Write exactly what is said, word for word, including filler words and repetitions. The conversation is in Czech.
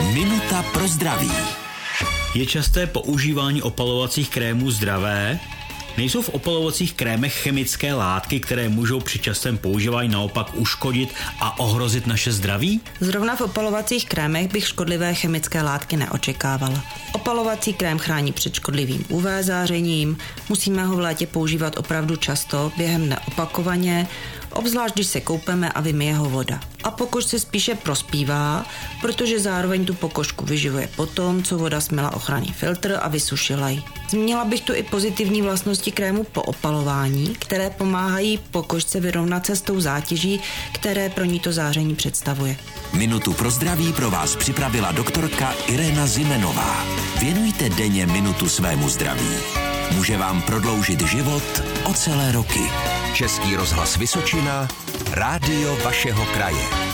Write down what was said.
Minuta pro zdraví. Je časté používání opalovacích krémů zdravé? Nejsou v opalovacích krémech chemické látky, které můžou při častém používání naopak uškodit a ohrozit naše zdraví? Zrovna v opalovacích krémech bych škodlivé chemické látky neočekávala. Opalovací krém chrání před škodlivým U V zářením, musíme ho v létě používat opravdu často, během dne opakovaně, obzvlášť když se koupeme a vymije ho voda. A pokožce se spíše prospívá, protože zároveň tu pokožku vyživuje potom, co voda smyla ochranný filtr a vysušila ji. Zmínila bych tu i pozitivní vlastnosti krému po opalování, které pomáhají pokožce vyrovnat se s tou zátěží, které pro ní to záření představuje. Minutu pro zdraví pro vás připravila doktorka Irena Zimenová. Věnujte denně minutu svému zdraví. Může vám prodloužit život o celé roky. Český rozhlas Vysočina, rádio vašeho kraje.